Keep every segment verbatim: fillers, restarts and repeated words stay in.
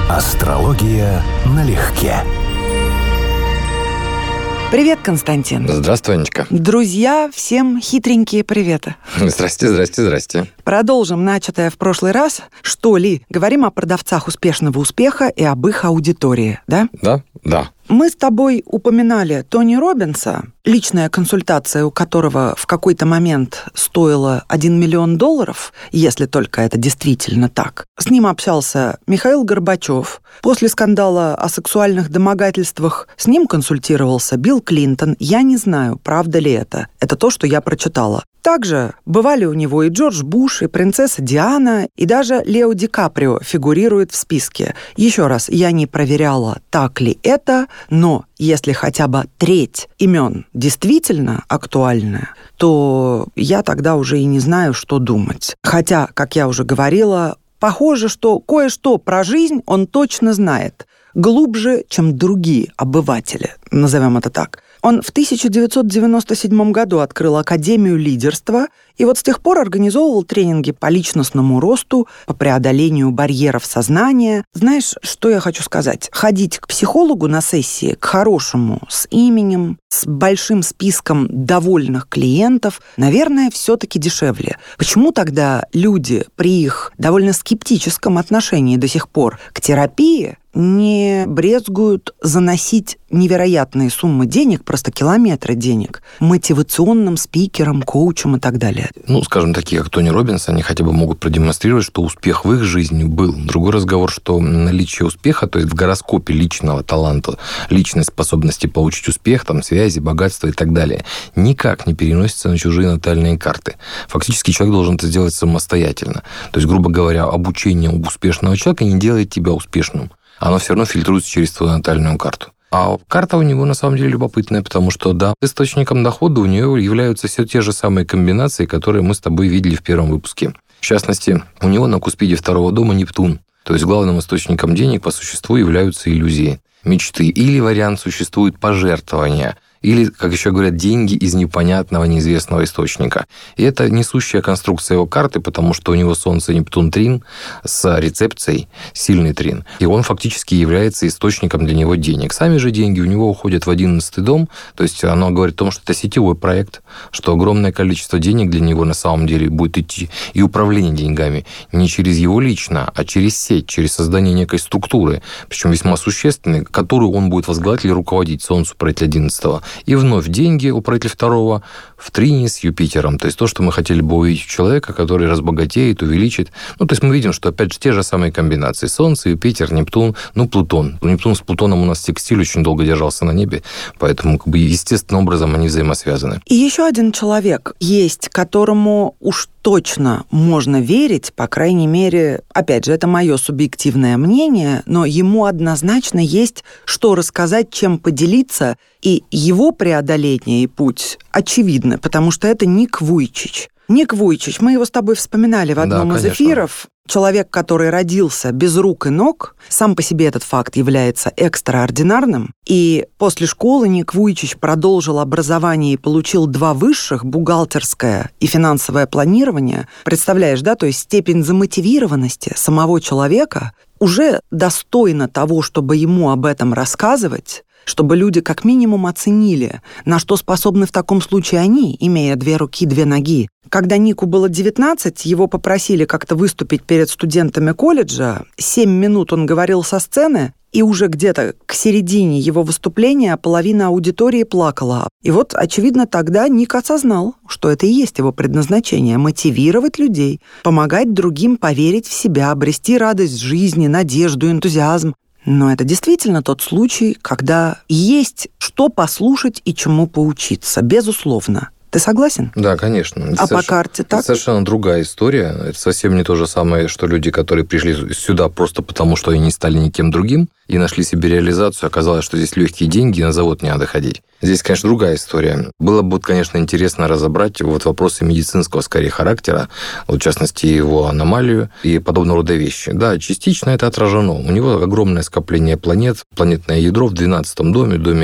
Астрология налегке. Привет, Константин. Здравствуй, Анечка. Друзья, всем хитренькие приветы. Здрасте, здрасте, здрасте. Продолжим начатое в прошлый раз. Что ли? Говорим о продавцах успешного успеха и об их аудитории, да? Да, да. Мы с тобой упоминали Тони Роббинса, личная консультация у которого в какой-то момент стоила один миллион долларов, если только это действительно так. С ним общался Михаил Горбачев. После скандала о сексуальных домогательствах с ним консультировался Билл Клинтон. Я не знаю, правда ли это. Это то, что я прочитала. Также бывали у него и Джордж Буш, и принцесса Диана, и даже Лео Ди Каприо фигурирует в списке. Еще раз, я не проверяла, так ли это, но если хотя бы треть имен действительно актуальны, то я тогда уже и не знаю, что думать. Хотя, как я уже говорила, похоже, что кое-что про жизнь он точно знает, глубже, чем другие обыватели, назовем это так. Он в тысяча девятьсот девяносто седьмом году открыл Академию лидерства и вот с тех пор организовывал тренинги по личностному росту, по преодолению барьеров сознания. Знаешь, что я хочу сказать? Ходить к психологу на сессии, к хорошему, с именем, с большим списком довольных клиентов, наверное, все-таки дешевле. Почему тогда люди при их довольно скептическом отношении до сих пор к терапии не брезгуют заносить невероятные суммы денег, просто километры денег, мотивационным спикерам, коучам и так далее? Ну, скажем, такие, как Тони Роббинс, они хотя бы могут продемонстрировать, что успех в их жизни был. Другой разговор, что наличие успеха, то есть в гороскопе личного таланта, личной способности получить успех, там, связи, богатство и так далее, никак не переносится на чужие натальные карты. Фактически человек должен это сделать самостоятельно. То есть, грубо говоря, обучение у успешного человека не делает тебя успешным. Оно все равно фильтруется через твою натальную карту. А карта у него на самом деле любопытная, потому что, да, источником дохода у нее являются все те же самые комбинации, которые мы с тобой видели в первом выпуске. В частности, у него на куспиде второго дома Нептун. То есть главным источником денег по существу являются иллюзии, мечты. Или вариант существует пожертвования. Или, как еще говорят, деньги из непонятного, неизвестного источника. И это несущая конструкция его карты, потому что у него Солнце, Нептун, Трин с рецепцией, сильный Трин. И он фактически является источником для него денег. Сами же деньги у него уходят в одиннадцатый дом, то есть оно говорит о том, что это сетевой проект, что огромное количество денег для него на самом деле будет идти. И управление деньгами не через его лично, а через сеть, через создание некой структуры, причем весьма существенной, которую он будет возглавлять или руководить, Солнцу, управитель одиннадцатого. И вновь деньги, управитель второго, в трине с Юпитером. То есть то, что мы хотели бы увидеть у человека, который разбогатеет, увеличит. Ну, то есть мы видим, что, опять же, те же самые комбинации. Солнце, Юпитер, Нептун, ну, Плутон. Нептун с Плутоном у нас секстиль очень долго держался на небе, поэтому, как бы, естественным образом они взаимосвязаны. И еще один человек есть, которому уж точно можно верить, по крайней мере, опять же, это мое субъективное мнение, но ему однозначно есть что рассказать, чем поделиться, и его преодоление и путь очевидно, потому что это Ник Вуйчич. Ник Вуйчич, мы его с тобой вспоминали в одном да, из эфиров. Человек, который родился без рук и ног, сам по себе этот факт является экстраординарным. И после школы Ник Вуйчич продолжил образование и получил два высших, бухгалтерское и финансовое планирование. Представляешь, да, то есть степень замотивированности самого человека уже достойна того, чтобы ему об этом рассказывать, чтобы люди как минимум оценили, на что способны в таком случае они, имея две руки, две ноги. Когда Нику было девятнадцать, его попросили как-то выступить перед студентами колледжа. Семь минут он говорил со сцены, и уже где-то к середине его выступления половина аудитории плакала. И вот, очевидно, тогда Ник осознал, что это и есть его предназначение – мотивировать людей, помогать другим поверить в себя, обрести радость жизни, надежду, энтузиазм. Но это действительно тот случай, когда есть что послушать и чему поучиться, безусловно. Ты согласен? Да, конечно. А Соверш... по карте так? Это совершенно другая история. Это совсем не то же самое, что люди, которые пришли сюда просто потому, что они не стали никем другим и нашли себе реализацию. Оказалось, что здесь легкие деньги, и на завод не надо ходить. Здесь, конечно, другая история. Было бы, конечно, интересно разобрать вот вопросы медицинского, скорее, характера, вот, в частности, его аномалию и подобного рода вещи. Да, частично это отражено. У него огромное скопление планет, планетное ядро в двенадцатом доме, доме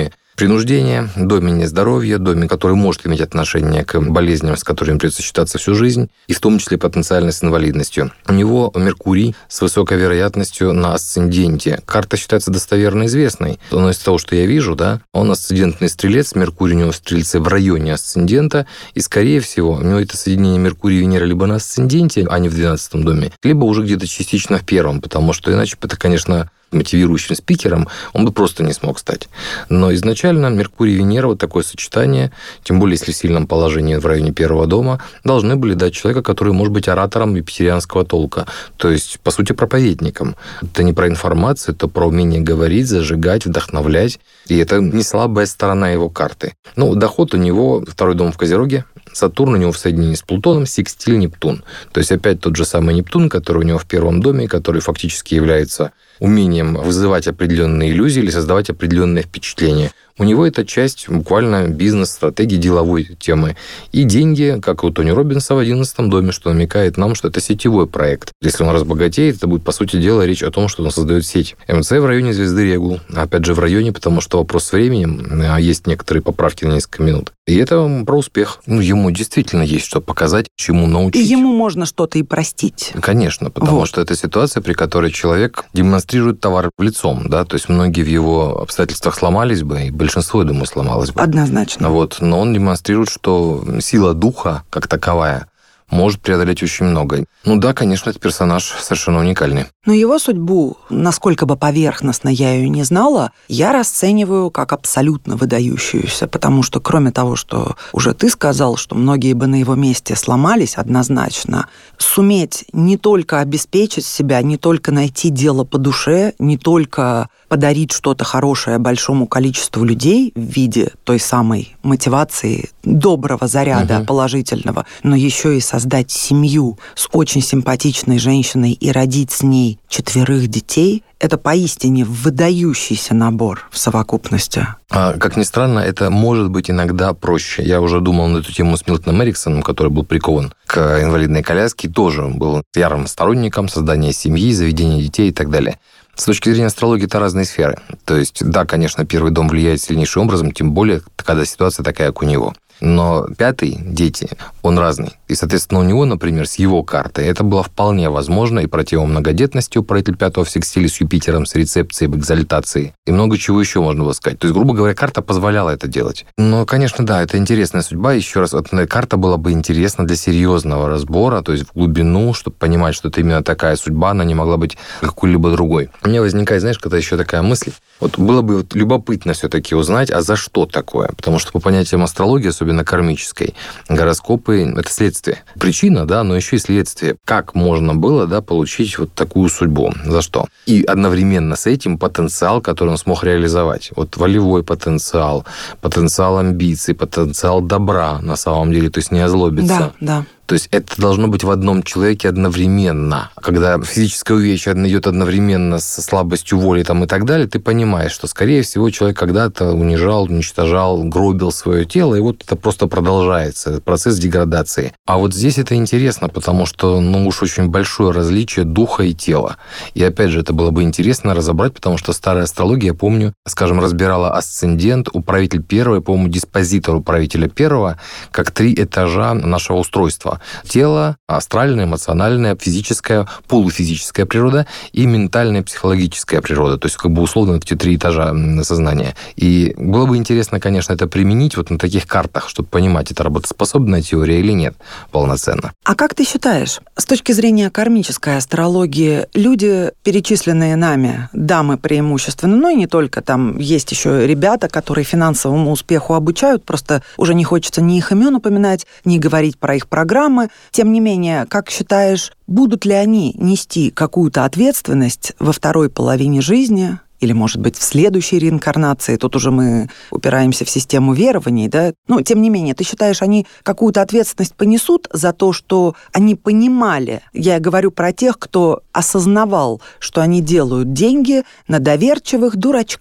принуждения, доме нездоровья, доме, который может иметь отношение к болезням, с которыми придется считаться всю жизнь, и в том числе потенциально с инвалидностью. У него Меркурий с высокой вероятностью на асценденте. Карта считается достоверно известной, но из того, что я вижу, да, он асцендентный стрелец, Меркурий у него в стрельце в районе асцендента, и, скорее всего, у него это соединение Меркурия и Венера либо на асценденте, а не в двенадцатом доме, либо уже где-то частично в первом, потому что иначе это, конечно, мотивирующим спикером он бы просто не смог стать. Но изначально Меркурий и Венера, вот такое сочетание, тем более если в сильном положении в районе первого дома, должны были дать человека, который может быть оратором юпитерианского толка, то есть, по сути, проповедником. Это не про информацию, это про умение говорить, зажигать, вдохновлять, и это не слабая сторона его карты. Ну, доход у него, второй дом в Козероге, Сатурн у него в соединении с Плутоном, секстиль Нептун. То есть опять тот же самый Нептун, который у него в первом доме, который фактически является умением вызывать определенные иллюзии или создавать определенные впечатления. У него это часть буквально бизнес-стратегии, деловой темы. И деньги, как и у Тони Роббинса, в одиннадцатом доме, что намекает нам, что это сетевой проект. Если он разбогатеет, это будет, по сути дела, речь о том, что он создает сеть. МЦ в районе звезды Регул. Опять же, в районе, потому что вопрос с временем, а есть некоторые поправки на несколько минут. И это про успех. Ну, ему действительно есть что показать, чему научить. И ему можно что-то и простить. Конечно, потому вот. что это ситуация, при которой человек демонстрирует товар лицом, да, то есть многие в его обстоятельствах сломались бы, и большинство, я думаю, сломалось бы. Однозначно. Вот, но он демонстрирует, что сила духа, как таковая, может преодолеть очень много. Ну да, конечно, этот персонаж совершенно уникальный. Но его судьбу, насколько бы поверхностно я ее не знала, я расцениваю как абсолютно выдающуюся, потому что кроме того, что уже ты сказал, что многие бы на его месте сломались однозначно, суметь не только обеспечить себя, не только найти дело по душе, не только подарить что-то хорошее большому количеству людей в виде той самой мотивации, доброго заряда, угу. положительного, но еще и создать семью с очень симпатичной женщиной и родить с ней четверых детей, это поистине выдающийся набор в совокупности. А, как ни странно, это может быть иногда проще. Я уже думал на эту тему с Милтоном Эриксоном, который был прикован к инвалидной коляске, тоже был ярым сторонником создания семьи, заведения детей и так далее. С точки зрения астрологии это разные сферы. То есть, да, конечно, первый дом влияет сильнейшим образом, тем более, когда ситуация такая, как у него. Но пятый, дети, он разный. И, соответственно, у него, например, с его картой это было вполне возможно и противомногодетностью, управитель пятого в секстиле с Юпитером, с рецепцией, в экзальтации. И много чего еще можно было сказать. То есть, грубо говоря, карта позволяла это делать. Но, конечно, да, это интересная судьба. Еще раз, вот, карта была бы интересна для серьезного разбора, то есть в глубину, чтобы понимать, что это именно такая судьба, она не могла быть какой-либо другой. У меня возникает, знаешь, когда еще такая мысль, вот было бы вот любопытно все-таки узнать, а за что такое? Потому что по понятиям астрологии, особенно кармической, гороскопы – это следствие. Причина, да, но еще и следствие. Как можно было, да, получить вот такую судьбу? За что? И одновременно с этим потенциал, который он смог реализовать. Вот волевой потенциал, потенциал амбиций, потенциал добра на самом деле, то есть не озлобиться. Да, да. То есть это должно быть в одном человеке одновременно. Когда физическое увечье идет одновременно со слабостью воли там, и так далее, ты понимаешь, что, скорее всего, человек когда-то унижал, уничтожал, гробил свое тело, и вот это просто продолжается, процесс деградации. А вот здесь это интересно, потому что, ну уж очень большое различие духа и тела. И опять же, это было бы интересно разобрать, потому что старая астрология, я помню, скажем, разбирала асцендент, управитель первого, по-моему, диспозитор управителя первого, как три этажа нашего устройства. Тело, астральная, эмоциональная, физическая, полуфизическая природа и ментальная, психологическая природа. То есть, как бы условно, эти три этажа сознания. И было бы интересно, конечно, это применить вот на таких картах, чтобы понимать, это работоспособная теория или нет полноценно. А как ты считаешь, с точки зрения кармической астрологии, люди, перечисленные нами, дамы преимущественно, ну и не только, там есть еще ребята, которые финансовому успеху обучают, просто уже не хочется ни их имен упоминать, ни говорить про их программы. Тем не менее, как считаешь, будут ли они нести какую-то ответственность во второй половине жизни или, может быть, в следующей реинкарнации? Тут уже мы упираемся в систему верований, да? Но, тем не менее, ты считаешь, они какую-то ответственность понесут за то, что они понимали, я говорю про тех, кто осознавал, что они делают деньги на доверчивых дурачках,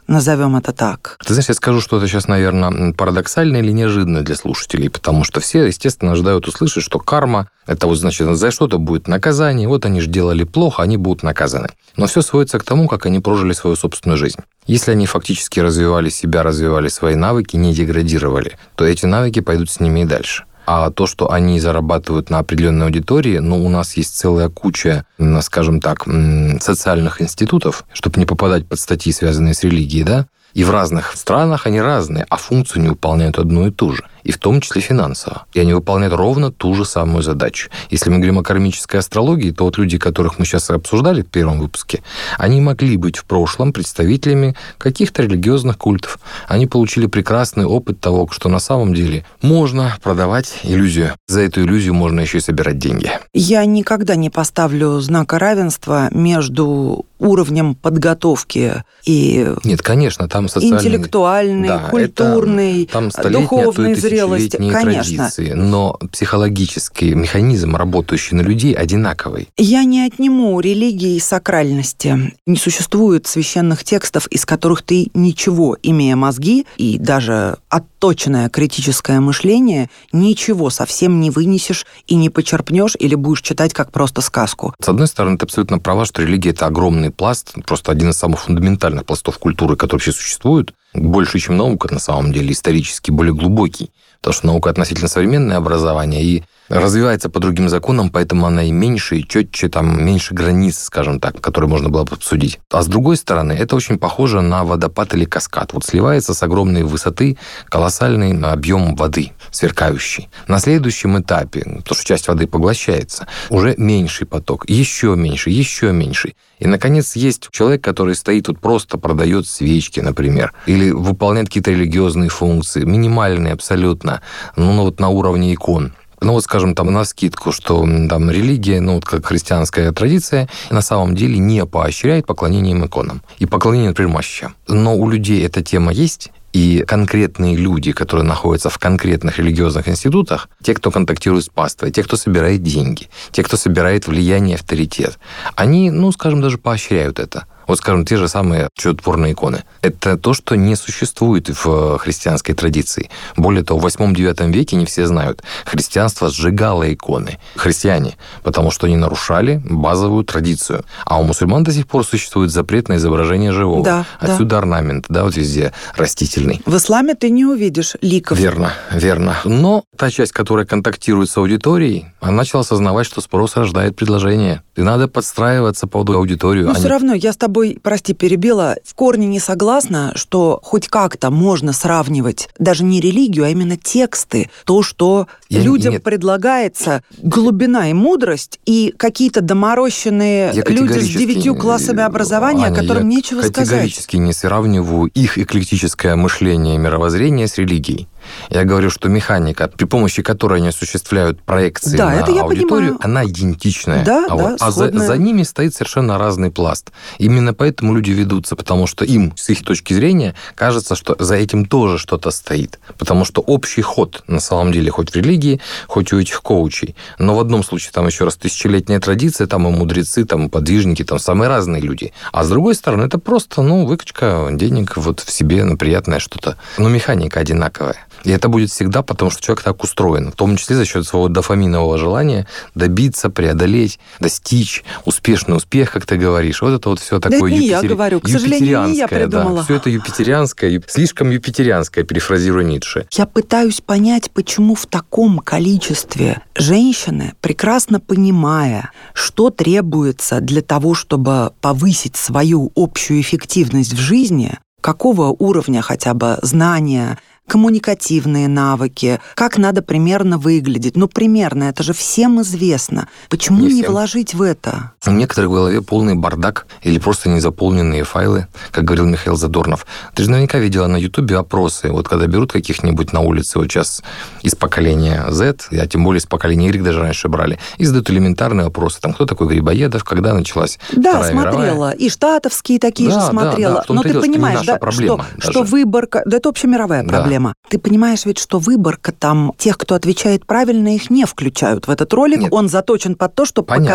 назовем это так. Ты знаешь, я скажу, что это сейчас, наверное, парадоксально или неожиданно для слушателей, потому что все, естественно, ожидают услышать, что карма – это вот, значит, за что-то будет наказание, вот они же делали плохо, они будут наказаны. Но все сводится к тому, как они прожили свою собственную жизнь. Если они фактически развивали себя, развивали свои навыки, не деградировали, то эти навыки пойдут с ними и дальше. А то, что они зарабатывают на определенной аудитории, ну, у нас есть целая куча, скажем так, социальных институтов, чтобы не попадать под статьи, связанные с религией, да, и в разных странах они разные, а функцию не выполняют одну и ту же, и в том числе финансово. И они выполняют ровно ту же самую задачу. Если мы говорим о кармической астрологии, то вот люди, которых мы сейчас обсуждали в первом выпуске, они могли быть в прошлом представителями каких-то религиозных культов. Они получили прекрасный опыт того, что на самом деле можно продавать иллюзию. За эту иллюзию можно еще и собирать деньги. Я никогда не поставлю знака равенства между уровнем подготовки и Нет, конечно, там социальный... интеллектуальной, да, культурной, это, там столетние, духовной а то и зрелости. Конечно. Традиции, но психологический механизм, работающий на людей, одинаковый. Я не отниму религии и сакральности. Не существует священных текстов, из которых ты ничего, имея мозги и даже отточенное критическое мышление, ничего совсем не вынесешь и не почерпнешь или будешь читать как просто сказку. С одной стороны, ты абсолютно права, что религия – это огромный пласт, просто один из самых фундаментальных пластов культуры, которые вообще существуют, больше, чем наука, на самом деле, исторически более глубокий, потому что наука относительно современное образование и развивается по другим законам, поэтому она и меньше, и четче, там, меньше границ, скажем так, которые можно было бы обсудить. А с другой стороны, это очень похоже на водопад или каскад. Вот сливается с огромной высоты колоссальный объем воды, сверкающий. На следующем этапе, потому что часть воды поглощается, уже меньший поток, еще меньше, еще меньше. И, наконец, есть человек, который стоит, вот просто продает свечки, например, или выполняет какие-то религиозные функции, минимальные абсолютно, ну, ну вот на уровне икон. Ну вот, скажем, там навскидку, что там религия, ну вот как христианская традиция, на самом деле не поощряет поклонением иконам. И поклонение, например, мощам. Но у людей эта тема есть, и конкретные люди, которые находятся в конкретных религиозных институтах, те, кто контактирует с паствой, те, кто собирает деньги, те, кто собирает влияние, авторитет, они, ну, скажем, даже поощряют это. Вот, скажем, те же самые чудотворные иконы. Это то, что не существует в христианской традиции. Более того, в восьмом-девятом веке, не все знают, христианство сжигало иконы. Христиане, потому что они нарушали базовую традицию. А у мусульман до сих пор существует запрет на изображение живого. Да, Отсюда да. орнамент, да, вот везде растительный. В исламе ты не увидишь ликов. Верно, верно. Но та часть, которая контактирует с аудиторией, она начала осознавать, что спрос рождает предложение. И надо подстраиваться под аудиторию. Но а все не... равно я с тобой, прости, перебила, в корне не согласна, что хоть как-то можно сравнивать даже не религию, а именно тексты. То, что Я... людям Нет. предлагается, глубина и мудрость, и какие-то доморощенные Я люди с девятью классами образования, Аня, которым я нечего сказать. категорически не сравниваю их эклектическое мышление и мировоззрение с религией. Я говорю, что механика, при помощи которой они осуществляют проекции Да, на это я аудиторию, понимаю. она идентичная. Да, а да, вот, а за, сходная. за ними стоит совершенно разный пласт. Именно поэтому люди ведутся, потому что им, с их точки зрения, кажется, что за этим тоже что-то стоит. Потому что общий ход, на самом деле, хоть в религии, хоть у этих коучей. Но в одном случае, там еще раз, тысячелетняя традиция, там и мудрецы, там и подвижники, там самые разные люди. А с другой стороны, это просто, ну, выкачка денег вот в себе на приятное что-то. Но механика одинаковая. И это будет всегда, потому что человек так устроен, в том числе за счет своего дофаминового желания добиться, преодолеть, достичь успешный успех, как ты говоришь. Вот это вот все такое это не юпитер... я говорю, к сожалению, не я придумала. Да, все это юпитерианское, слишком юпитерианское, перефразируя Ницше. Я пытаюсь понять, почему в таком количестве женщины, прекрасно понимая, что требуется для того, чтобы повысить свою общую эффективность в жизни, какого уровня хотя бы знания, коммуникативные навыки, как надо примерно выглядеть. Ну, примерно, это же всем известно. Почему не, не вложить в это? У некоторых в голове полный бардак или просто незаполненные файлы, как говорил Михаил Задорнов. Ты же наверняка видела на Ютубе опросы. Вот когда берут каких-нибудь на улице, вот сейчас из поколения Z, а тем более из поколения Y даже раньше брали, и задают элементарные опросы. Там, кто такой Грибоедов, когда началась Да, Вторая смотрела. мировая. И штатовские такие да, же смотрела. Да, да. Но ты дело, понимаешь, что, да, что, что выборка... Да это общемировая да. проблема. Ты понимаешь ведь, что выборка там, тех, кто отвечает правильно, их не включают в этот ролик. Нет. Он заточен под то, чтобы Понятно. показать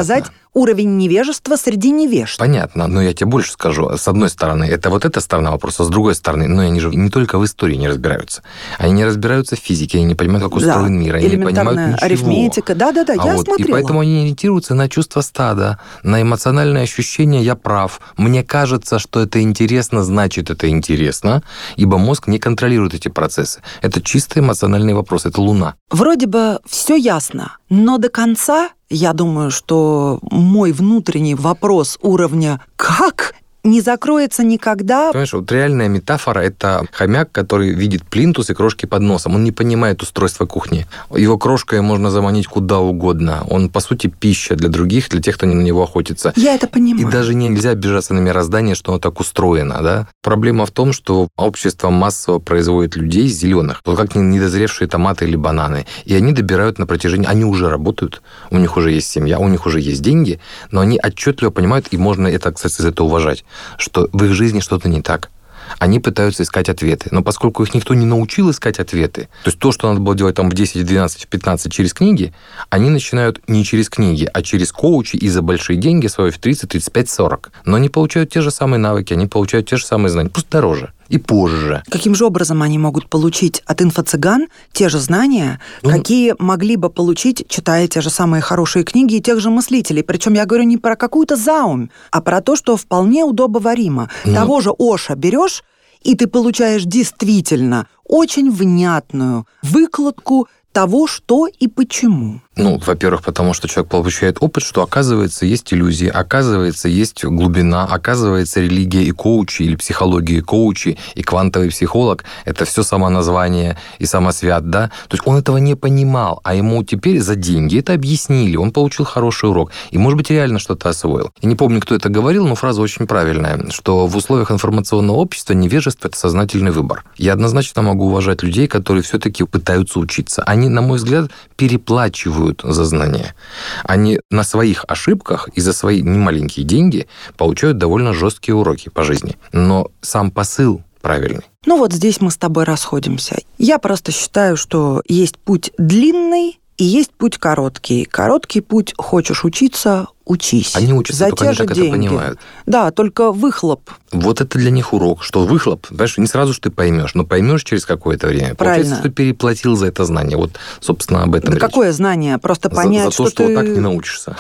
уровень невежества среди невежд. Понятно, но я тебе больше скажу. С одной стороны, это вот эта сторона вопроса, с другой стороны, но они же не только в истории не разбираются. Они не разбираются в физике, они не понимают, как устроен да, мир, они не понимают ничего. Арифметика, да-да-да, а я вот, смотрела. И поэтому они ориентируются на чувство стада, на эмоциональное ощущение «я прав». Мне кажется, что это интересно, значит, это интересно, ибо мозг не контролирует эти процессы. Это чисто эмоциональный вопрос, это Луна. Вроде бы все ясно, но до конца, я думаю, что мой внутренний вопрос уровня «как?» не закроется никогда. Понимаешь, вот реальная метафора – это хомяк, который видит плинтус и крошки под носом. Он не понимает устройства кухни. Его крошкой можно заманить куда угодно. Он, по сути, пища для других, для тех, кто на него охотится. Я это понимаю. И даже нельзя обижаться на мироздание, что оно так устроено, да? Проблема в том, что общество массово производит людей зеленых, вот как недозревшие томаты или бананы. И они добирают на протяжении... Они уже работают, у них уже есть семья, у них уже есть деньги, но они отчетливо понимают, и можно это, кстати, за это уважать, что в их жизни что-то не так. Они пытаются искать ответы. Но поскольку их никто не научил искать ответы, то есть то, что надо было делать там в десять, двенадцать, пятнадцать через книги, они начинают не через книги, а через коучи и за большие деньги свои в тридцать, тридцать пять, сорок. Но они получают те же самые навыки, они получают те же самые знания, просто дороже. И позже. Каким же образом они могут получить от инфо-цыган те же знания, ну, какие могли бы получить, читая те же самые хорошие книги и тех же мыслителей? Причем я говорю не про какую-то заумь, а про то, что вполне удобоваримо. Ну, того же Оша берешь, и ты получаешь действительно очень внятную выкладку того, что и почему. Ну, во-первых, потому что человек получает опыт, что, оказывается, есть иллюзии, оказывается, есть глубина, оказывается, религия и коучи, или психология и коучи, и квантовый психолог – это все самоназвание и самосвят, да? То есть он этого не понимал, а ему теперь за деньги это объяснили, он получил хороший урок, и, может быть, реально что-то освоил. Я не помню, кто это говорил, но фраза очень правильная, что в условиях информационного общества невежество – это сознательный выбор. Я однозначно могу уважать людей, которые все-таки пытаются учиться. Они, на мой взгляд, переплачивают за знания. Они на своих ошибках и за свои немаленькие деньги получают довольно жесткие уроки по жизни. Но сам посыл правильный. Ну вот здесь мы с тобой расходимся. Я просто считаю, что есть путь длинный и есть путь короткий. Короткий путь – хочешь учиться – учись. Они учатся, за только те они же так деньги. Это понимают. Да, только выхлоп. Вот это для них урок, что выхлоп, знаешь, не сразу же ты поймешь, но поймешь через какое-то время. Правильно. Получается, что переплатил за это знание. Вот, собственно, об этом да речь. Какое знание? Просто понять, за, за то, что, что ты... так не научишься.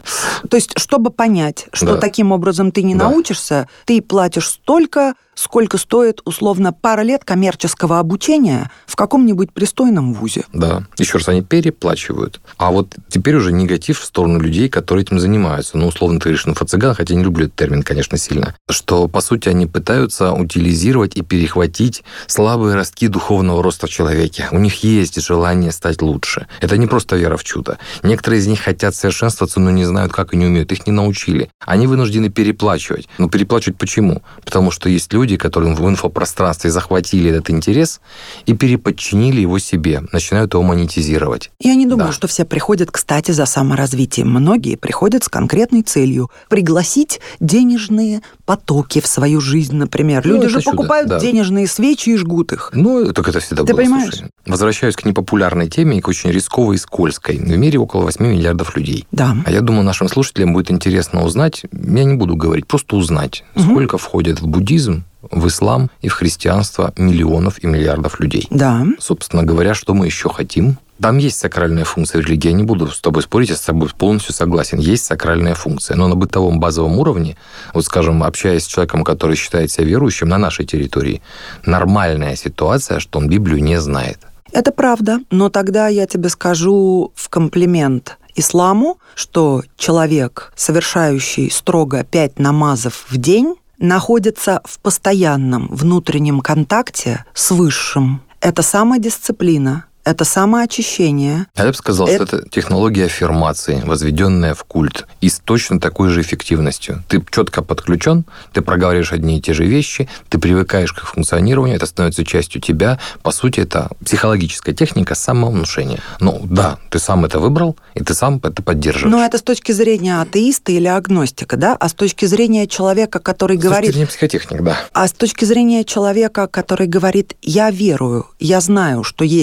То есть, чтобы понять, что да. таким образом ты не да. научишься, ты платишь столько, сколько стоит, условно, пара лет коммерческого обучения в каком-нибудь пристойном вузе. Да. Еще раз, они переплачивают. А вот теперь уже негатив в сторону людей, которые этим занимаются. Ну, условно, ты говоришь инфо-цыган, хотя не люблю этот термин, конечно, сильно. Что, по сути, они пытаются утилизировать и перехватить слабые ростки духовного роста в человеке. У них есть желание стать лучше. Это не просто вера в чудо. Некоторые из них хотят совершенствоваться, но не знают, как и не умеют. Их не научили. Они вынуждены переплачивать. Но переплачивать почему? Потому что есть люди, которые в инфопространстве захватили этот интерес и переподчинили его себе, начинают его монетизировать. Я не думаю, да. что все приходят, кстати, за саморазвитием. Многие приходят с конкретной целью – пригласить денежные потоки в свою жизнь, например. Ну, Люди же чудо, покупают да. денежные свечи и жгут их. Ну, так это всегда Ты было. понимаешь? Слушай. Возвращаюсь к непопулярной теме и к очень рисковой и скользкой. В мире около восьми миллиардов людей. Да. А я думаю, нашим слушателям будет интересно узнать, я не буду говорить, просто узнать, угу. сколько входит в буддизм, в ислам и в христианство миллионов и миллиардов людей. Да. Собственно говоря, что мы еще хотим? Там есть сакральная функция в религии. Я не буду с тобой спорить, я с тобой полностью согласен. Есть сакральная функция. Но на бытовом базовом уровне, вот скажем, общаясь с человеком, который считает себя верующим на нашей территории, нормальная ситуация, что он Библию не знает. Это правда. Но тогда я тебе скажу в комплимент исламу, что человек, совершающий строго пять намазов в день, находится в постоянном внутреннем контакте с Высшим. Это самодисциплина. Это самоочищение. Я бы сказал, это... что это технология аффирмации, возведенная в культ, и с точно такой же эффективностью. Ты четко подключен, ты проговариваешь одни и те же вещи, ты привыкаешь к функционированию, это становится частью тебя. По сути, это психологическая техника самовнушения. Ну да, ты сам это выбрал, и ты сам это поддерживаешь. Но это с точки зрения атеиста или агностика, да? А с точки зрения человека, который с говорит... С точки зрения психотехник, да. А с точки зрения человека, который говорит, я верую, я знаю, что есть Отец,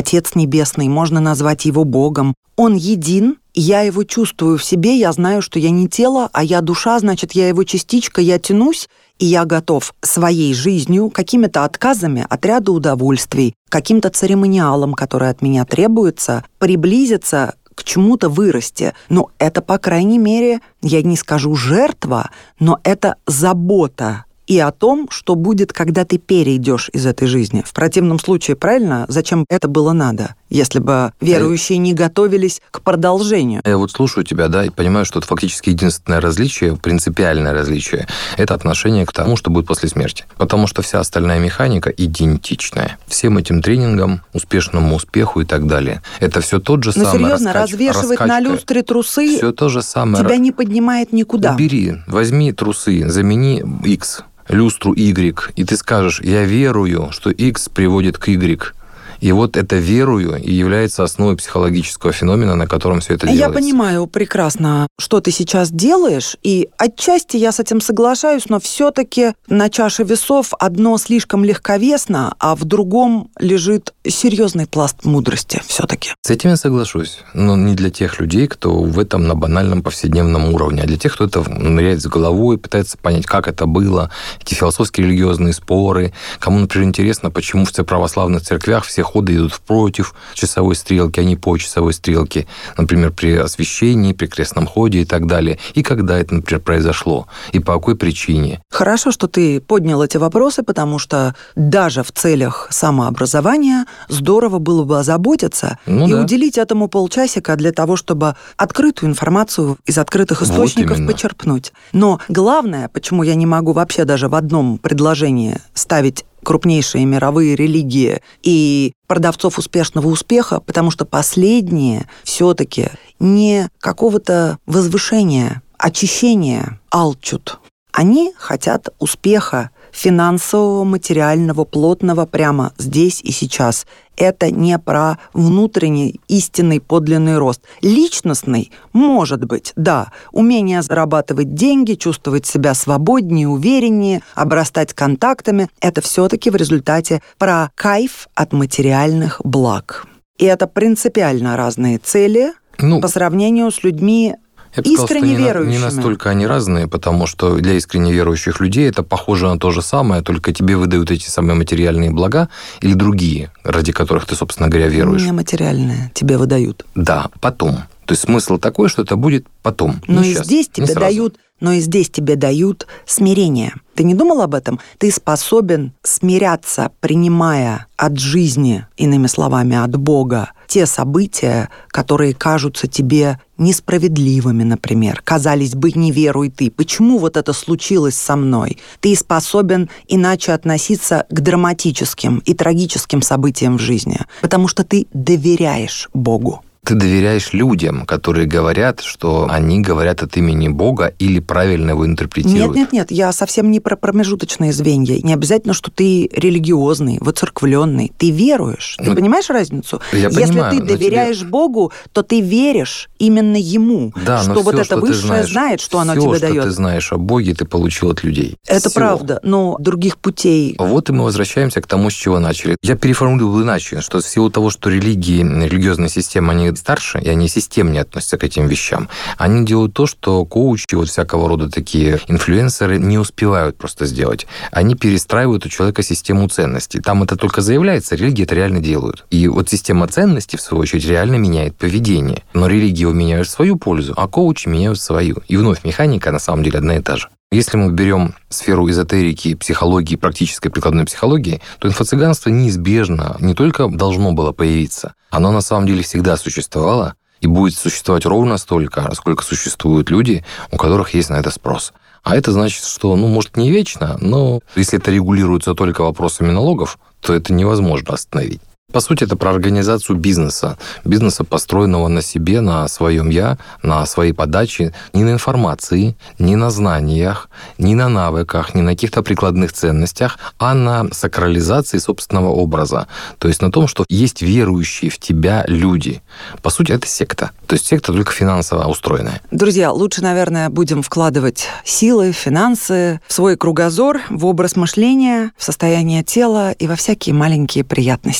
Отец Небесный, можно назвать его Богом. Он един, я его чувствую в себе, я знаю, что я не тело, а я душа, значит, я его частичка, я тянусь, и я готов своей жизнью, какими-то отказами от ряда удовольствий, каким-то церемониалом, который от меня требуется, приблизиться к чему-то вырасти. Но это, по крайней мере, я не скажу жертва, но это забота и о том, что будет, когда ты перейдешь из этой жизни. В противном случае, правильно, зачем это было надо, если бы верующие не готовились к продолжению? Я вот слушаю тебя, да, и понимаю, что это фактически единственное различие, принципиальное различие, это отношение к тому, что будет после смерти. Потому что вся остальная механика идентичная. Всем этим тренингам, успешному успеху и так далее. Это все тот же Но самый серьезно, раскач... развешивать раскачка. на люстре трусы все то же самое. Тебя не поднимает никуда. Убери, возьми трусы, замени X, люстру Y, и ты скажешь: я верую, что X приводит к Y. И вот это «верую» и является основой психологического феномена, на котором все это делается. Я понимаю прекрасно, что ты сейчас делаешь, и отчасти я с этим соглашаюсь, но все-таки на чаше весов одно слишком легковесно, а в другом лежит серьезный пласт мудрости все-таки. С этим я соглашусь, но не для тех людей, кто в этом на банальном повседневном уровне, а для тех, кто это ныряет с головой, пытается понять, как это было, эти философские религиозные споры, кому, например, интересно, почему в православных церквях все ходы идут против часовой стрелки, а не по часовой стрелке, например, при освящении, при крестном ходе и так далее. И когда это, например, произошло, и по какой причине. Хорошо, что ты поднял эти вопросы, потому что даже в целях самообразования здорово было бы озаботиться ну, и да. уделить этому полчасика для того, чтобы открытую информацию из открытых источников вот почерпнуть. Но главное, почему я не могу вообще даже в одном предложении ставить крупнейшие мировые религии и продавцов успешного успеха, потому что последние все-таки не какого-то возвышения, очищения алчут. Они хотят успеха финансового, материального, плотного прямо здесь и сейчас. Это не про внутренний, истинный, подлинный рост. Личностный, может быть, да. Умение зарабатывать деньги, чувствовать себя свободнее, увереннее, обрастать контактами – это все-таки в результате про кайф от материальных благ. И это принципиально разные цели ну, по сравнению с людьми, я бы сказал, что не, не настолько они разные, потому что для искренне верующих людей это похоже на то же самое, только тебе выдают эти самые материальные блага или другие, ради которых ты, собственно говоря, веруешь. Не материальные тебе выдают. Да, потом. То есть смысл такой, что это будет потом. Но и сейчас, здесь тебе дают, но и здесь тебе дают смирение. Ты не думал об этом? Ты способен смиряться, принимая от жизни, иными словами, от Бога, те события, которые кажутся тебе несправедливыми, например, казались бы, не веруй ты. Почему вот это случилось со мной? Ты способен иначе относиться к драматическим и трагическим событиям в жизни, потому что ты доверяешь Богу. Ты доверяешь людям, которые говорят, что они говорят от имени Бога или правильно его интерпретируют? Нет, нет, нет, я совсем не про промежуточные звенья. Не обязательно, что ты религиозный, воцерквленный. Ты веруешь. Ты ну, понимаешь разницу? Я Если понимаю, ты доверяешь тебе... Богу, то ты веришь именно Ему, да, что но вот все, это что высшее знаешь, знает, что оно все, тебе что дает. Ты знаешь о Боге, ты получил от людей. Это все. Правда, но других путей... Вот и мы возвращаемся к тому, с чего начали. Я переформулирую иначе, что в силу того, что религии, религиозные системы, они старше, и они системнее относятся к этим вещам. Они делают то, что коучи, вот всякого рода такие инфлюенсеры не успевают просто сделать. Они перестраивают у человека систему ценностей. Там это только заявляется, религии это реально делают. И вот система ценностей, в свою очередь, реально меняет поведение. Но религии меняют в свою пользу, а коучи меняют в свою. И вновь механика на самом деле одна и та же. Если мы берем сферу эзотерики, психологии, практической прикладной психологии, то инфо-цыганство неизбежно не только должно было появиться, оно на самом деле всегда существовало, и будет существовать ровно столько, сколько существуют люди, у которых есть на это спрос. А это значит, что, ну, может, не вечно, но если это регулируется только вопросами налогов, то это невозможно остановить. По сути, это про организацию бизнеса. Бизнеса, построенного на себе, на своем «я», на своей подаче, не на информации, не на знаниях, не на навыках, не на каких-то прикладных ценностях, а на сакрализации собственного образа. То есть на том, что есть верующие в тебя люди. По сути, это секта. То есть секта только финансово устроенная. Друзья, лучше, наверное, будем вкладывать силы, финансы в свой кругозор, в образ мышления, в состояние тела и во всякие маленькие приятности.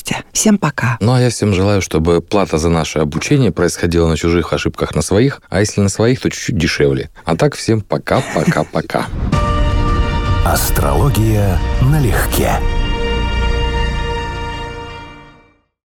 Всем пока. Ну, а я всем желаю, чтобы плата за наше обучение происходила на чужих ошибках, на своих, а если на своих, то чуть-чуть дешевле. А так всем пока-пока-пока. Астрология налегке.